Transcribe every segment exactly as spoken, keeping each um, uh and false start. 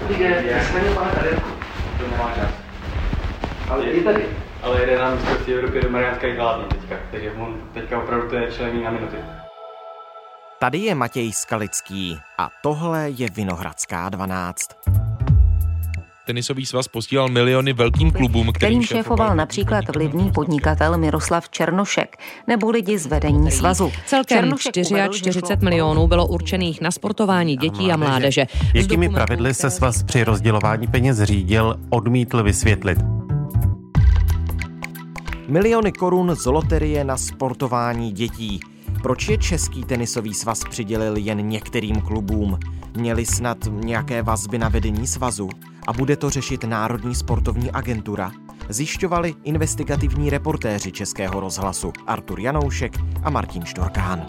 Je, jsme máme tady. To nemá čas. Ale je tady. Ale jede nám z Evropy do Mariánské Lázně teďka, takže on teďka opravdu to je člený na minuty. Tady je Matěj Skalický a tohle je Vinohradská dvanáct. Tenisový svaz posílal miliony velkým klubům, kterým šéfoval například vlivný podnikatel Miroslav Černošek nebo lidi z vedení svazu. Celkem čtyřicet milionů bylo určených na sportování dětí a mládeže. Jakými pravidly se svaz při rozdělování peněz řídil, odmítl vysvětlit. Miliony korun z loterie na sportování dětí. Proč je Český tenisový svaz přidělil jen některým klubům? Měli snad nějaké vazby na vedení svazu? A bude to řešit Národní sportovní agentura? Zjišťovali investigativní reportéři Českého rozhlasu Artur Janoušek a Martin Štorkán.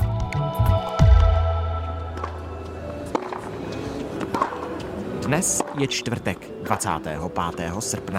Dnes je čtvrtek, dvacátého pátého srpna.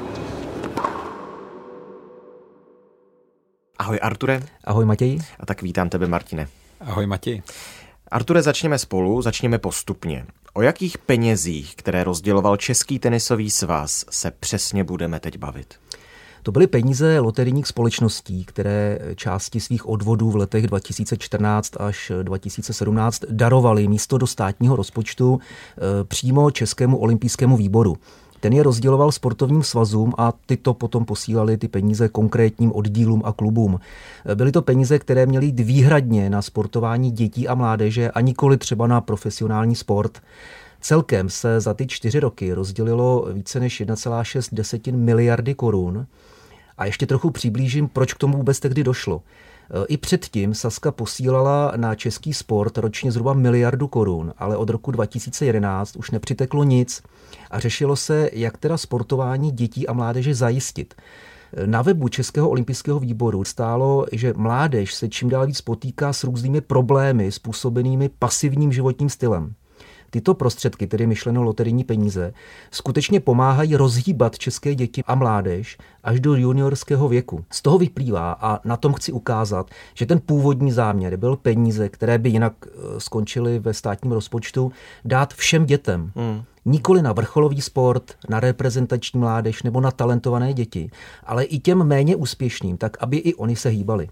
Ahoj Arture. Ahoj Matěj. A tak vítám tebe, Martine. Ahoj Matěj. Arture, začněme spolu, začněme postupně. O jakých penězích, které rozděloval Český tenisový svaz, se přesně budeme teď bavit? To byly peníze loterijních společností, které části svých odvodů v letech dva tisíce čtrnáct až dva tisíce sedmnáct darovaly místo do státního rozpočtu přímo Českému olympijskému výboru. Ten je rozděloval sportovním svazům a ty to potom posílali ty peníze konkrétním oddílům a klubům. Byly to peníze, které měly jít výhradně na sportování dětí a mládeže a nikoli třeba na profesionální sport. Celkem se za ty čtyři roky rozdělilo více než jedna celá šest miliardy korun. A ještě trochu přiblížím, proč k tomu vůbec tehdy došlo. I předtím Sazka posílala na český sport ročně zhruba miliardu korun, ale od roku dva tisíce jedenáct už nepřiteklo nic a řešilo se, jak teda sportování dětí a mládeže zajistit. Na webu Českého olympijského výboru stálo, že mládež se čím dál víc potýká s různými problémy způsobenými pasivním životním stylem. Tyto prostředky, tedy myšleno loterijní peníze, skutečně pomáhají rozhýbat české děti a mládež až do juniorského věku. Z toho vyplývá, a na tom chci ukázat, že ten původní záměr byl peníze, které by jinak skončily ve státním rozpočtu, dát všem dětem. Hmm. Nikoli na vrcholový sport, na reprezentační mládež nebo na talentované děti, ale i těm méně úspěšným, tak aby i oni se hýbali.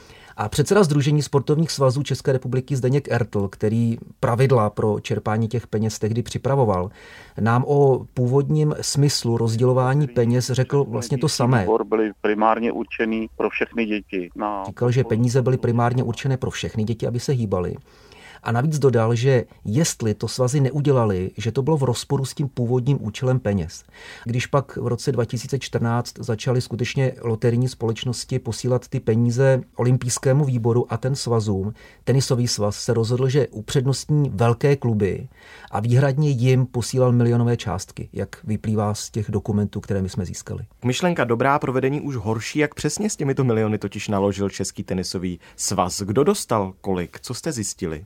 A předseda Sdružení sportovních svazů České republiky Zdeněk Ertl, který pravidla pro čerpání těch peněz tehdy připravoval, nám o původním smyslu rozdělování peněz řekl vlastně to samé. Byly primárně určený pro všechny děti. Na... Říkal, že peníze byly primárně určené pro všechny děti, aby se hýbaly. A navíc dodal, že jestli to svazy neudělali, že to bylo v rozporu s tím původním účelem peněz. Když pak v roce dva tisíce čtrnáct začaly skutečně loterijní společnosti posílat ty peníze olympijskému výboru a ten svazům, tenisový svaz se rozhodl, že upřednostní velké kluby a výhradně jim posílal milionové částky, jak vyplývá z těch dokumentů, které my jsme získali. Myšlenka dobrá, provedení už horší. Jak přesně s těmito miliony totiž naložil Český tenisový svaz? Kdo dostal kolik? Co jste zjistili?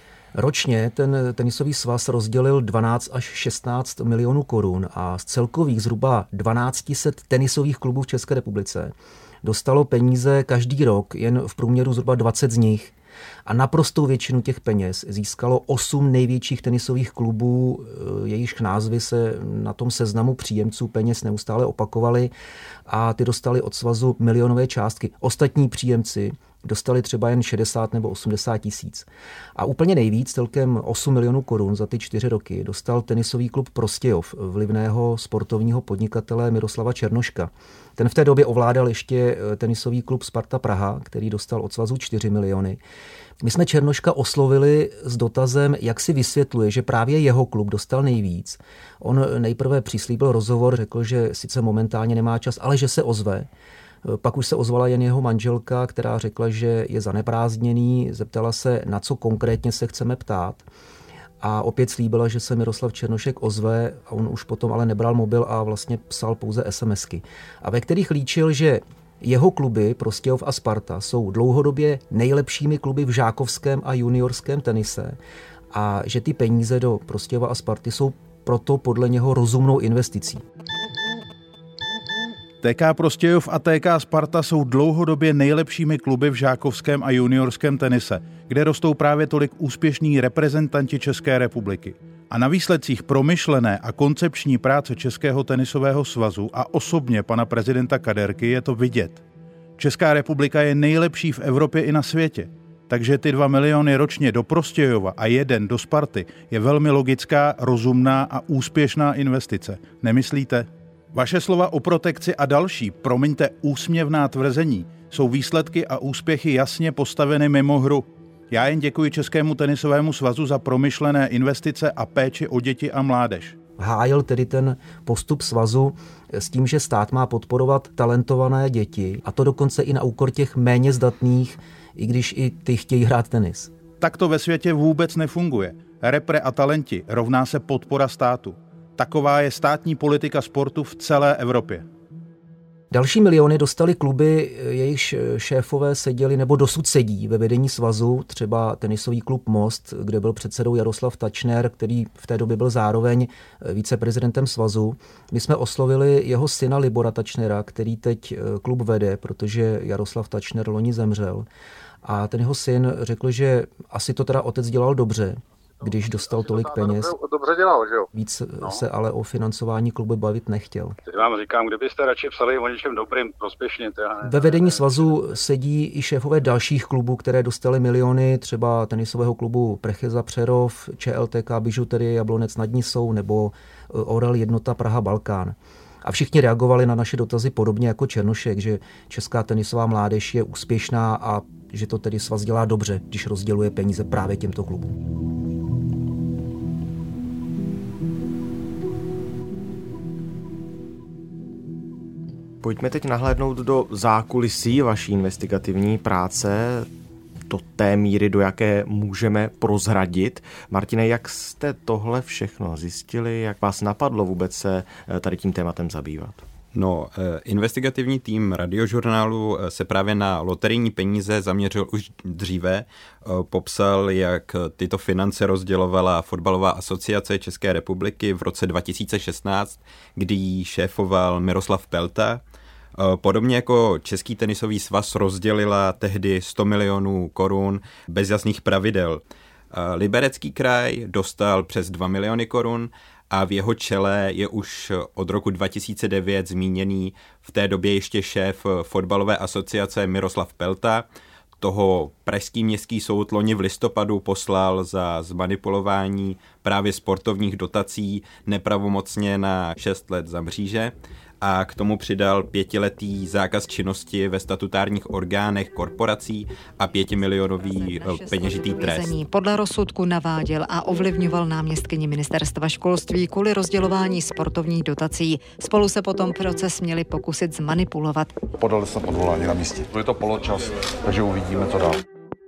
Ročně ten tenisový svaz rozdělil dvanáct až šestnáct milionů korun a z celkových zhruba dvanáct set tenisových klubů v České republice dostalo peníze každý rok, jen v průměru zhruba dvacet z nich. A naprostou většinu těch peněz získalo osm největších tenisových klubů, jejichž názvy se na tom seznamu příjemců peněz neustále opakovaly a ty dostali od svazu milionové částky. Ostatní příjemci dostali třeba jen šedesát nebo osmdesát tisíc. A úplně nejvíc, celkem osm milionů korun za ty čtyři roky, dostal tenisový klub Prostějov vlivného sportovního podnikatele Miroslava Černoška. Ten v té době ovládal ještě tenisový klub Sparta Praha, který dostal od svazu čtyři miliony. My jsme Černoška oslovili s dotazem, jak si vysvětluje, že právě jeho klub dostal nejvíc. On nejprve přislíbil rozhovor, řekl, že sice momentálně nemá čas, ale že se ozve. Pak už se ozvala jen jeho manželka, která řekla, že je zaneprázdněný, zeptala se, na co konkrétně se chceme ptát. A opět slíbila, že se Miroslav Černošek ozve, a on už potom ale nebral mobil a vlastně psal pouze SMSky. A ve kterých líčil, že jeho kluby Prostějov a Sparta jsou dlouhodobě nejlepšími kluby v žákovském a juniorském tenise a že ty peníze do Prostějova a Sparty jsou proto podle něho rozumnou investicí. T K Prostějov a T K Sparta jsou dlouhodobě nejlepšími kluby v žákovském a juniorském tenise, kde rostou právě tolik úspěšní reprezentanti České republiky. A na výsledcích promyšlené a koncepční práce Českého tenisového svazu a osobně pana prezidenta Kaderky je to vidět. Česká republika je nejlepší v Evropě i na světě. Takže ty dva miliony ročně do Prostějova a jeden do Sparty je velmi logická, rozumná a úspěšná investice. Nemyslíte? Vaše slova o protekci a další, promiňte, úsměvná tvrzení, jsou výsledky a úspěchy jasně postaveny mimo hru. Já jen děkuji Českému tenisovému svazu za promyšlené investice a péči o děti a mládež. Hájil tedy ten postup svazu s tím, že stát má podporovat talentované děti, a to dokonce i na úkor těch méně zdatných, i když i ty chtějí hrát tenis. Tak to ve světě vůbec nefunguje. Repre a talenti rovná se podpora státu. Taková je státní politika sportu v celé Evropě. Další miliony dostali kluby, jejichž šéfové seděli nebo dosud sedí ve vedení svazu, třeba tenisový klub Most, kde byl předsedou Jaroslav Tačner, který v té době byl zároveň viceprezidentem svazu. My jsme oslovili jeho syna Libora Tačnera, který teď klub vede, protože Jaroslav Tačner loni zemřel. A ten jeho syn řekl, že asi to teda otec dělal dobře, když dostal tolik peněz. Dobře dělal, že jo? Víc no. se ale o financování klubu bavit nechtěl. Teď vám říkám, kdybyste radši psali o něčem dobrým, prospěšně. Ne, Ve vedení svazu sedí i šéfové dalších klubů, které dostaly miliony, třeba tenisového klubu Precheza Přerov, ČLTK Bižuterie Jablonec nad Nisou nebo Orel Jednota Praha Balkán. A všichni reagovali na naše dotazy podobně jako Černošek, že česká tenisová mládež je úspěšná a že to tedy svaz dělá dobře, když rozděluje peníze právě těmto klubům. Pojďme teď nahlédnout do zákulisí vaší investigativní práce, do té míry, do jaké můžeme prozradit. Martine, jak jste tohle všechno zjistili, jak vás napadlo vůbec se tady tím tématem zabývat? No, investigativní tým Radiožurnálu se právě na loterijní peníze zaměřil už dříve. Popsal, jak tyto finance rozdělovala Fotbalová asociace České republiky v roce dva tisíce šestnáct, kdy jí šéfoval Miroslav Pelta. Podobně jako Český tenisový svaz rozdělila tehdy sto milionů korun bez jasných pravidel. Liberecký kraj dostal přes dva miliony korun a v jeho čele je už od roku dva tisíce devět zmíněný v té době ještě šéf Fotbalové asociace Miroslav Pelta. Toho pražský městský soud loni v listopadu poslal za zmanipulování právě sportovních dotací nepravomocně na šest let za mříže a k tomu přidal pětiletý zákaz činnosti ve statutárních orgánech korporací a pětimilionový peněžitý trest. Podle rozsudku naváděl a ovlivňoval náměstkyni ministerstva školství kvůli rozdělování sportovních dotací. Spolu se potom proces měli pokusit zmanipulovat. Podali jsme odvolání na místě. Je to poločas, takže uvidíme, co dál.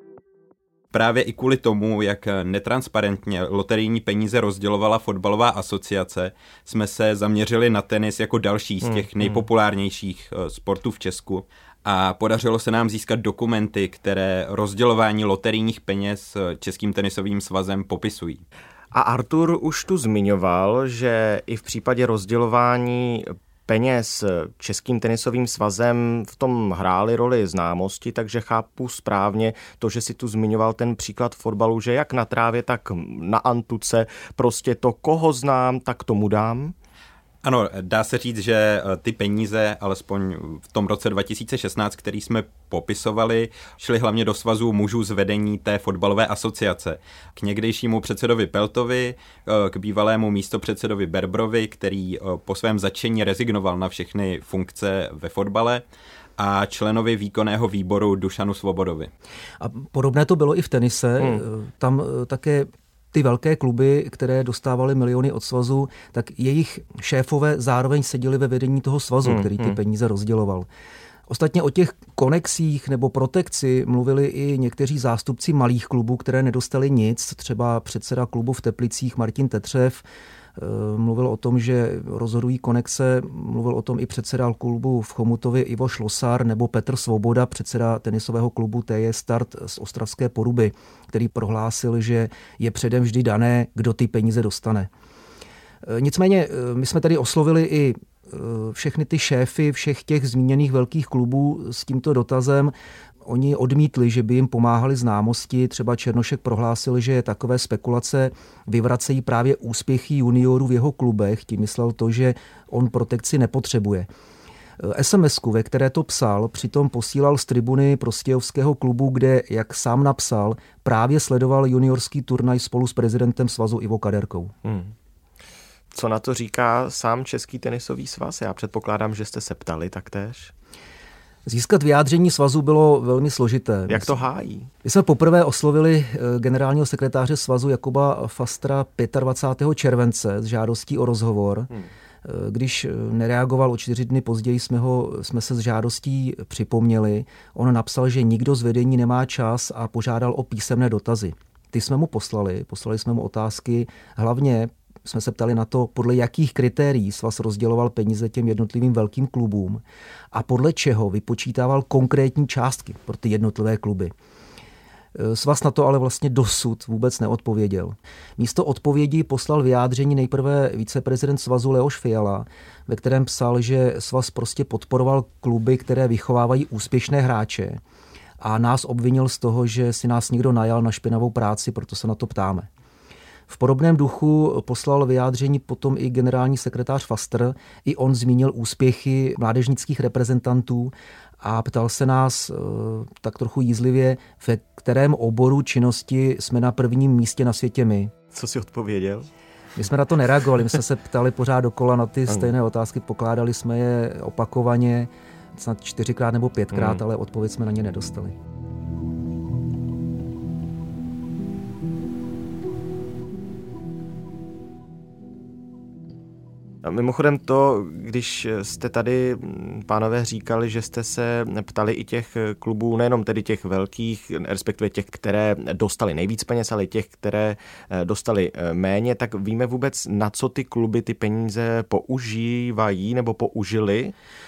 Právě i kvůli tomu, jak netransparentně loterijní peníze rozdělovala Fotbalová asociace, jsme se zaměřili na tenis jako další z těch nejpopulárnějších sportů v Česku a podařilo se nám získat dokumenty, které rozdělování loterijních peněz Českým tenisovým svazem popisují. A Artur už tu zmiňoval, že i v případě rozdělování peněz Českým tenisovým svazem v tom hrály roli známosti, takže chápu správně to, že si tu zmiňoval ten příklad fotbalu, že jak na trávě, tak na antuce, prostě to, koho znám, tak tomu dám. Ano, dá se říct, že ty peníze, alespoň v tom roce dva tisíce šestnáct, který jsme popisovali, šly hlavně do svazu mužů z vedení té fotbalové asociace. K někdejšímu předsedovi Peltovi, k bývalému místopředsedovi Berbrovi, který po svém zatčení rezignoval na všechny funkce ve fotbale, a členovi výkonného výboru Dušanu Svobodovi. A podobné to bylo i v tenise. Hmm. Tam také ty velké kluby, které dostávaly miliony od svazu, tak jejich šéfové zároveň seděli ve vedení toho svazu, hmm, který ty hmm. peníze rozděloval. Ostatně o těch konexích nebo protekci mluvili i někteří zástupci malých klubů, které nedostali nic. Třeba předseda klubu v Teplicích Martin Tetřev mluvil o tom, že rozhodují konexe, mluvil o tom i předseda klubu v Chomutově Ivo Šlosar nebo Petr Svoboda, předseda tenisového klubu T J Start z Ostravské Poruby, který prohlásil, že je předem vždy dané, kdo ty peníze dostane. Nicméně my jsme tady oslovili i všechny ty šéfy všech těch zmíněných velkých klubů s tímto dotazem. oni odmítli, že by jim pomáhali známosti. Třeba Černošek prohlásil, že takové spekulace vyvracejí právě úspěchy juniorů v jeho klubech. Tím myslel to, že on protekci nepotřebuje. es em esku, ve které to psal, přitom posílal z tribuny prostějovského klubu, kde, jak sám napsal, právě sledoval juniorský turnaj spolu s prezidentem svazu Ivo Kaderkou. Hmm. Co na to říká sám Český tenisový svaz? Já předpokládám, že jste se ptali taktéž. Získat vyjádření svazu bylo velmi složité. Jak to hájí? My jsme poprvé oslovili generálního sekretáře svazu Jakuba Fastra dvacátého pátého července s žádostí o rozhovor. Hmm. Když nereagoval o čtyři dny později, jsme, ho, jsme se s žádostí připomněli. On napsal, že nikdo z vedení nemá čas a požádal o písemné dotazy. Ty jsme mu poslali, poslali jsme mu otázky, hlavně jsme se ptali na to, podle jakých kritérií svaz rozděloval peníze těm jednotlivým velkým klubům a podle čeho vypočítával konkrétní částky pro ty jednotlivé kluby. Svaz na to ale vlastně dosud vůbec neodpověděl. Místo odpovědi poslal vyjádření nejprve viceprezident svazu Leoš Fiala, ve kterém psal, že svaz prostě podporoval kluby, které vychovávají úspěšné hráče a nás obvinil z toho, že si nás někdo najal na špinavou práci, proto se na to ptáme. V podobném duchu poslal vyjádření potom i generální sekretář Fastr. I on zmínil úspěchy mládežnických reprezentantů a ptal se nás tak trochu jízlivě, ve kterém oboru činnosti jsme na prvním místě na světě my. Co si odpověděl? My jsme na to nereagovali, my jsme se ptali pořád dokola na ty stejné otázky, pokládali jsme je opakovaně, snad čtyřikrát nebo pětkrát, hmm. ale odpověď jsme na ně nedostali. Mimochodem to, když jste tady, pánové, říkali, že jste se ptali i těch klubů, nejenom tedy těch velkých, respektive těch, které dostali nejvíc peněz, ale i těch, které dostali méně, tak víme vůbec, na co ty kluby ty peníze používají nebo použili?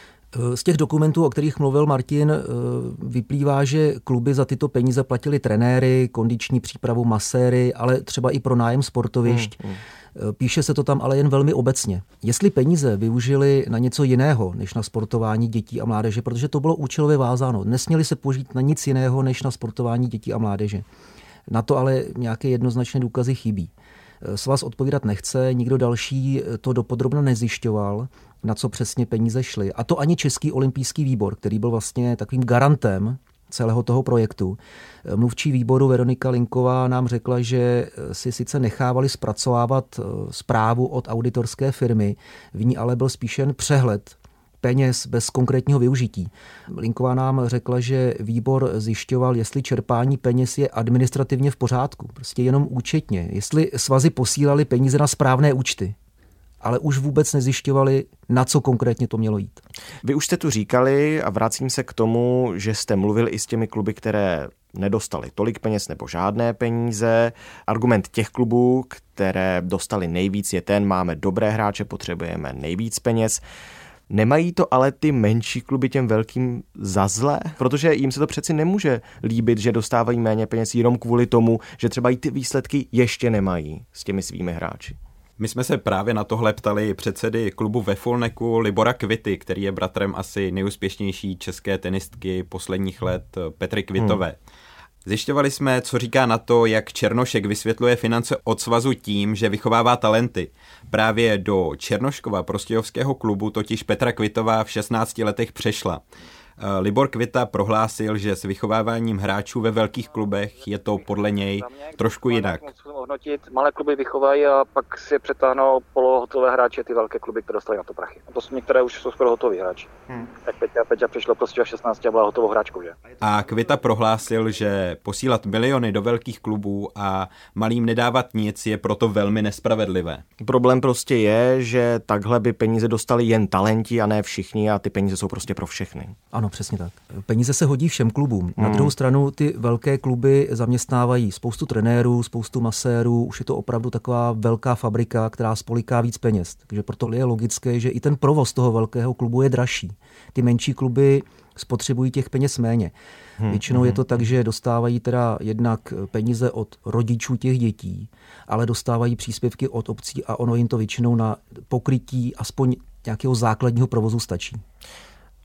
Z těch dokumentů, o kterých mluvil Martin, vyplývá, že kluby za tyto peníze platili trenéry, kondiční přípravu, maséry, ale třeba i pro nájem sportovišť. Hmm, hmm. Píše se to tam ale jen velmi obecně. Jestli peníze využili na něco jiného, než na sportování dětí a mládeže, protože to bylo účelově vázáno. Nesměli se použít na nic jiného, než na sportování dětí a mládeže. Na to ale nějaké jednoznačné důkazy chybí. Svaz odpovídat nechce, nikdo další to dopodrobna nezjišťoval, na co přesně peníze šly. A to ani Český olympijský výbor, který byl vlastně takovým garantem celého toho projektu. Mluvčí výboru Veronika Linková nám řekla, že si sice nechávali zpracovávat zprávu od auditorské firmy, v ní ale byl spíš jen přehled peněz bez konkrétního využití. Linková nám řekla, že výbor zjišťoval, jestli čerpání peněz je administrativně v pořádku, prostě jenom účetně, jestli svazy posílali peníze na správné účty. Ale už vůbec nezjišťovali, na co konkrétně to mělo jít. Vy už jste tu říkali, a vracím se k tomu, že jste mluvil i s těmi kluby, které nedostali tolik peněz nebo žádné peníze. Argument těch klubů, které dostali nejvíc, je ten, máme dobré hráče, potřebujeme nejvíc peněz. Nemají to ale ty menší kluby těm velkým za zlé? Protože jim se to přeci nemůže líbit, že dostávají méně peněz jenom kvůli tomu, že třeba i ty výsledky ještě nemají s těmi svými hráči. My jsme se právě na tohle ptali předsedy klubu ve Fulneku Libora Kvity, který je bratrem asi nejúspěšnější české tenistky posledních let Petry Kvitové. Hmm. Zjišťovali jsme, co říká na to, jak Černošek vysvětluje finance od svazu tím, že vychovává talenty. Právě do Černoškova prostějovského klubu totiž Petra Kvitová v šestnácti letech přešla. Libor Kvita prohlásil, že s vychováváním hráčů ve velkých klubech je to podle něj trošku jinak. Hodnotit, malé kluby vychovají a pak si přetáhnou polohotové hráče ty velké kluby, které dostaly na to prachy. A to jsou některé už jsou skoro hotoví hráči. Hmm. Tak Peťa, Peťa přišlo prostě v šestnácti a byla hotovou hráčkou, že? A Kvita prohlásil, že posílat miliony do velkých klubů a malým nedávat nic je proto velmi nespravedlivé. Problém prostě je, že takhle by peníze dostali jen talenti a ne všichni a ty peníze jsou prostě pro všechny. Ano, přesně tak. Peníze se hodí všem klubům. Hmm. Na druhou stranu ty velké kluby zaměstnávají spoustu trenérů, spoustu masérů, už je to opravdu taková velká fabrika, která spoliká víc peněz. Takže proto je logické, že i ten provoz toho velkého klubu je dražší. Ty menší kluby spotřebují těch peněz méně. Hmm. Většinou je to tak, že dostávají teda jednak peníze od rodičů těch dětí, ale dostávají příspěvky od obcí a ono jim to většinou na pokrytí aspoň nějakého základního provozu stačí.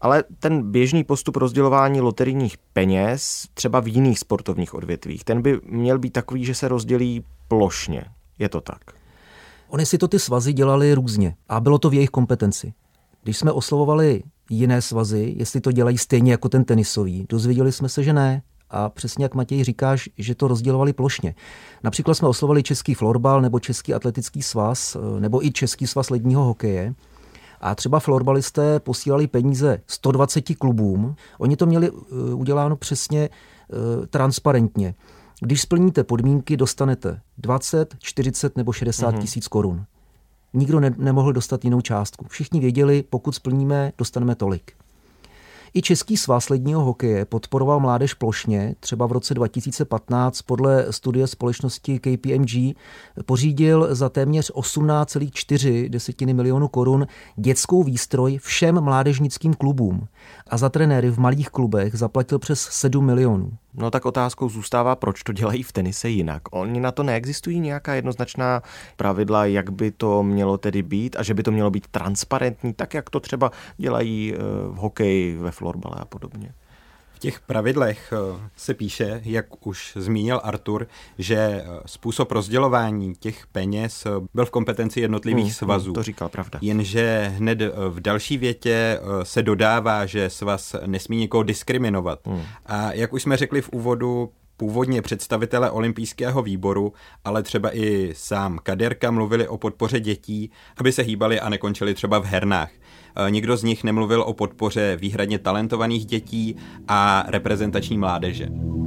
Ale ten běžný postup rozdělování loterijních peněz, třeba v jiných sportovních odvětvích, ten by měl být takový, že se rozdělí plošně. Je to tak? Oni si to ty svazy dělali různě a bylo to v jejich kompetenci. Když jsme oslovovali jiné svazy, jestli to dělají stejně jako ten tenisový, dozvěděli jsme se, že ne. A přesně jak Matěj říkáš, že to rozdělovali plošně. Například jsme oslovili Český florbal nebo Český atletický svaz nebo i Český svaz ledního hokeje. A třeba florbalisté posílali peníze sto dvacet klubům. Oni to měli uděláno přesně transparentně. Když splníte podmínky, dostanete dvacet, čtyřicet nebo šedesát mm-hmm. tisíc korun. Nikdo ne- nemohl dostat jinou částku. Všichni věděli, pokud splníme, dostaneme tolik. I Český svaz ledního hokeje podporoval mládež plošně, třeba v roce dva tisíce patnáct podle studie společnosti K P M G pořídil za téměř osmnáct celá čtyři milionu korun dětskou výstroj všem mládežnickým klubům a za trenéry v malých klubech zaplatil přes sedm milionů. No tak otázkou zůstává, proč to dělají v tenise jinak. Oni na to neexistují nějaká jednoznačná pravidla, jak by to mělo tedy být a že by to mělo být transparentní, tak jak to třeba dělají v hokeji, ve florbale a podobně. V těch pravidlech se píše, jak už zmínil Artur, že způsob rozdělování těch peněz byl v kompetenci jednotlivých hmm, svazů. To říkal, pravda. Jenže hned v další větě se dodává, že svaz nesmí někoho diskriminovat. Hmm. A jak už jsme řekli v úvodu, původně představitelé olympijského výboru, ale třeba i sám Kaderka mluvili o podpoře dětí, aby se hýbali a nekončili třeba v hernách. Nikdo z nich nemluvil o podpoře výhradně talentovaných dětí a reprezentační mládeže.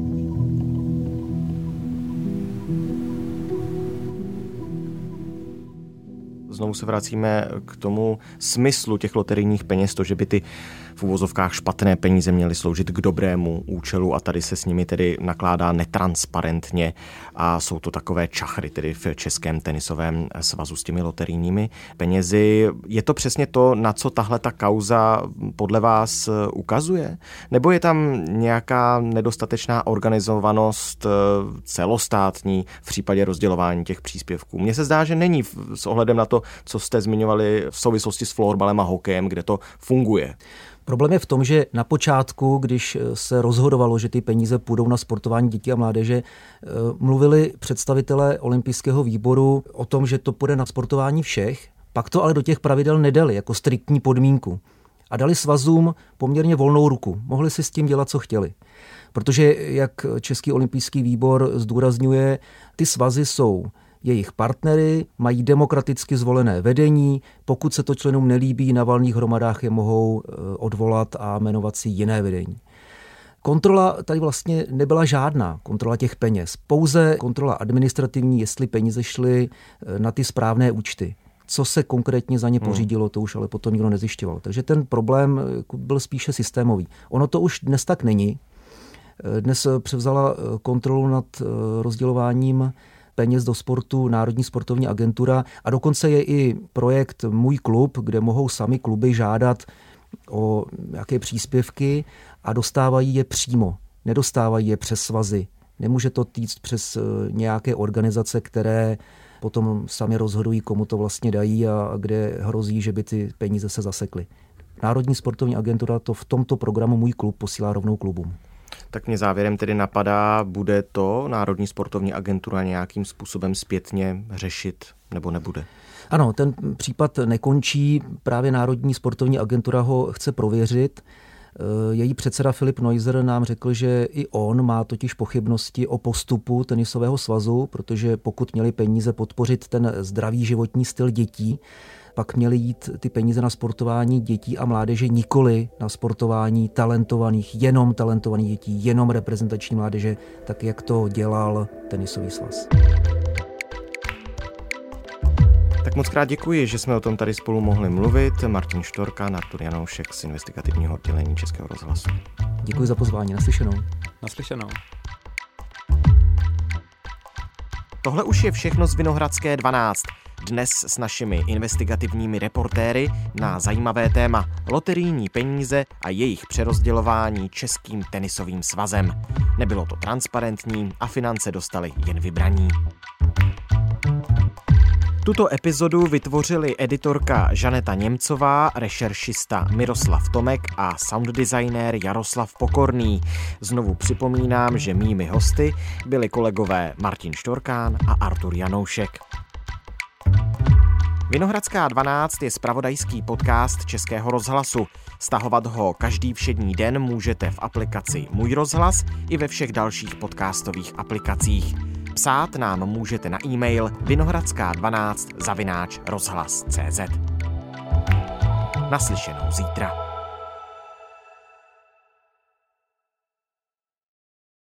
Znovu se vracíme k tomu smyslu těch loterijních peněz, to, že by ty v uvozovkách špatné peníze měly sloužit k dobrému účelu a tady se s nimi tedy nakládá netransparentně a jsou to takové čachry tedy v Českém tenisovém svazu s těmi loterijními penězi. Je to přesně to, na co tahle ta kauza podle vás ukazuje? Nebo je tam nějaká nedostatečná organizovanost celostátní v případě rozdělování těch příspěvků? Mně se zdá, že není s ohledem na to, co jste zmiňovali v souvislosti s florbalem a hokejem, kde to funguje. Problém je v tom, že na počátku, když se rozhodovalo, že ty peníze půjdou na sportování dětí a mládeže, mluvili představitelé olympijského výboru o tom, že to půjde na sportování všech, pak to ale do těch pravidel nedali jako striktní podmínku. A dali svazům poměrně volnou ruku. Mohli si s tím dělat, co chtěli. Protože, jak Český olympijský výbor zdůrazňuje, ty svazy jsou jejich partnery, mají demokraticky zvolené vedení, pokud se to členům nelíbí, na valných hromadách je mohou odvolat a jmenovat si jiné vedení. Kontrola tady vlastně nebyla žádná, kontrola těch peněz. Pouze kontrola administrativní, jestli peníze šly na ty správné účty. Co se konkrétně za ně pořídilo, to už ale potom nikdo nezjišťoval. Takže ten problém byl spíše systémový. Ono to už dnes tak není. Dnes převzala kontrolu nad rozdělováním peněz do sportu Národní sportovní agentura a dokonce je i projekt Můj klub, kde mohou sami kluby žádat o nějaké příspěvky a dostávají je přímo. Nedostávají je přes svazy. Nemůže to týct přes nějaké organizace, které potom sami rozhodují, komu to vlastně dají a kde hrozí, že by ty peníze se zasekly. Národní sportovní agentura to v tomto programu Můj klub posílá rovnou klubům. Tak mě závěrem tedy napadá, bude to Národní sportovní agentura nějakým způsobem zpětně řešit nebo nebude? Ano, ten případ nekončí, právě Národní sportovní agentura ho chce prověřit. Její předseda Filip Neuser nám řekl, že i on má totiž pochybnosti o postupu tenisového svazu, protože pokud měli peníze podpořit ten zdravý životní styl dětí, pak měly jít ty peníze na sportování dětí a mládeže, nikoli na sportování talentovaných, jenom talentovaných dětí, jenom reprezentační mládeže, tak jak to dělal tenisový svaz. Tak moc krát děkuji, že jsme o tom tady spolu mohli mluvit. Martin Štorka, Artur Janoušek z investigativního oddělení Českého rozhlasu. Děkuji za pozvání, naslyšenou. Naslyšenou. Tohle už je všechno z Vinohradské dvanáct. Dnes s našimi investigativními reportéry na zajímavé téma loterijní peníze a jejich přerozdělování Českým tenisovým svazem. Nebylo to transparentní a finance dostali jen vybraní. Tuto epizodu vytvořili editorka Žaneta Němcová, rešeršista Miroslav Tomek a sounddesignér Jaroslav Pokorný. Znovu připomínám, že mými hosty byli kolegové Martin Štorkán a Artur Janoušek. Vinohradská dvanáct je zpravodajský podcast Českého rozhlasu. Stahovat ho každý všední den můžete v aplikaci Můj rozhlas i ve všech dalších podcastových aplikacích. Psát nám můžete na e-mail vinohradská dvanáct zavináč rozhlas tečka cé zet. Naslyšenou zítra.